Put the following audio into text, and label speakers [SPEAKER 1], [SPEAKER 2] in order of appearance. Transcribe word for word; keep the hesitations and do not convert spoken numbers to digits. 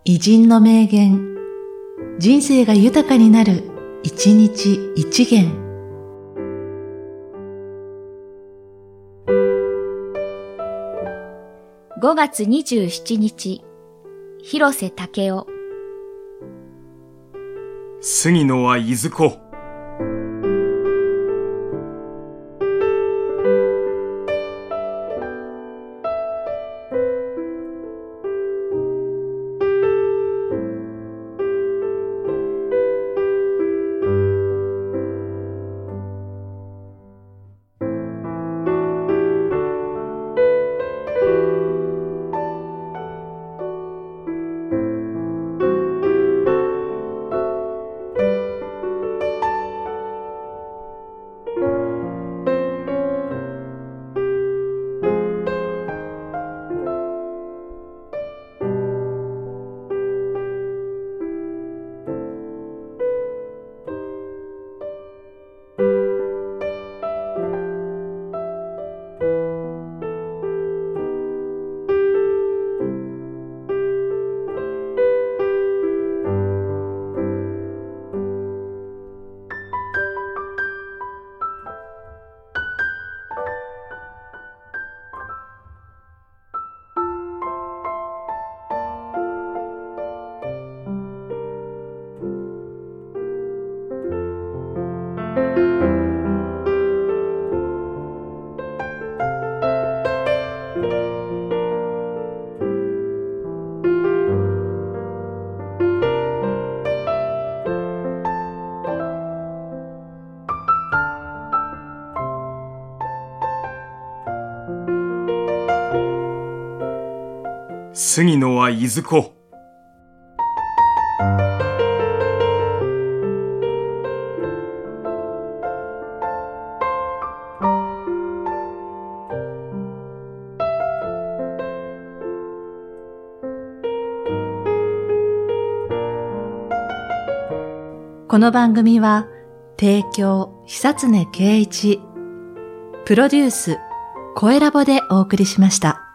[SPEAKER 1] 偉人の名言、人生が豊かになる、一日一元。
[SPEAKER 2] ごがつにじゅうしちにち、広瀬武夫。
[SPEAKER 3] 杉野はいずこ。杉野はいずこ。
[SPEAKER 1] この番組は提供久常圭一、プロデュース声ラボでお送りしました。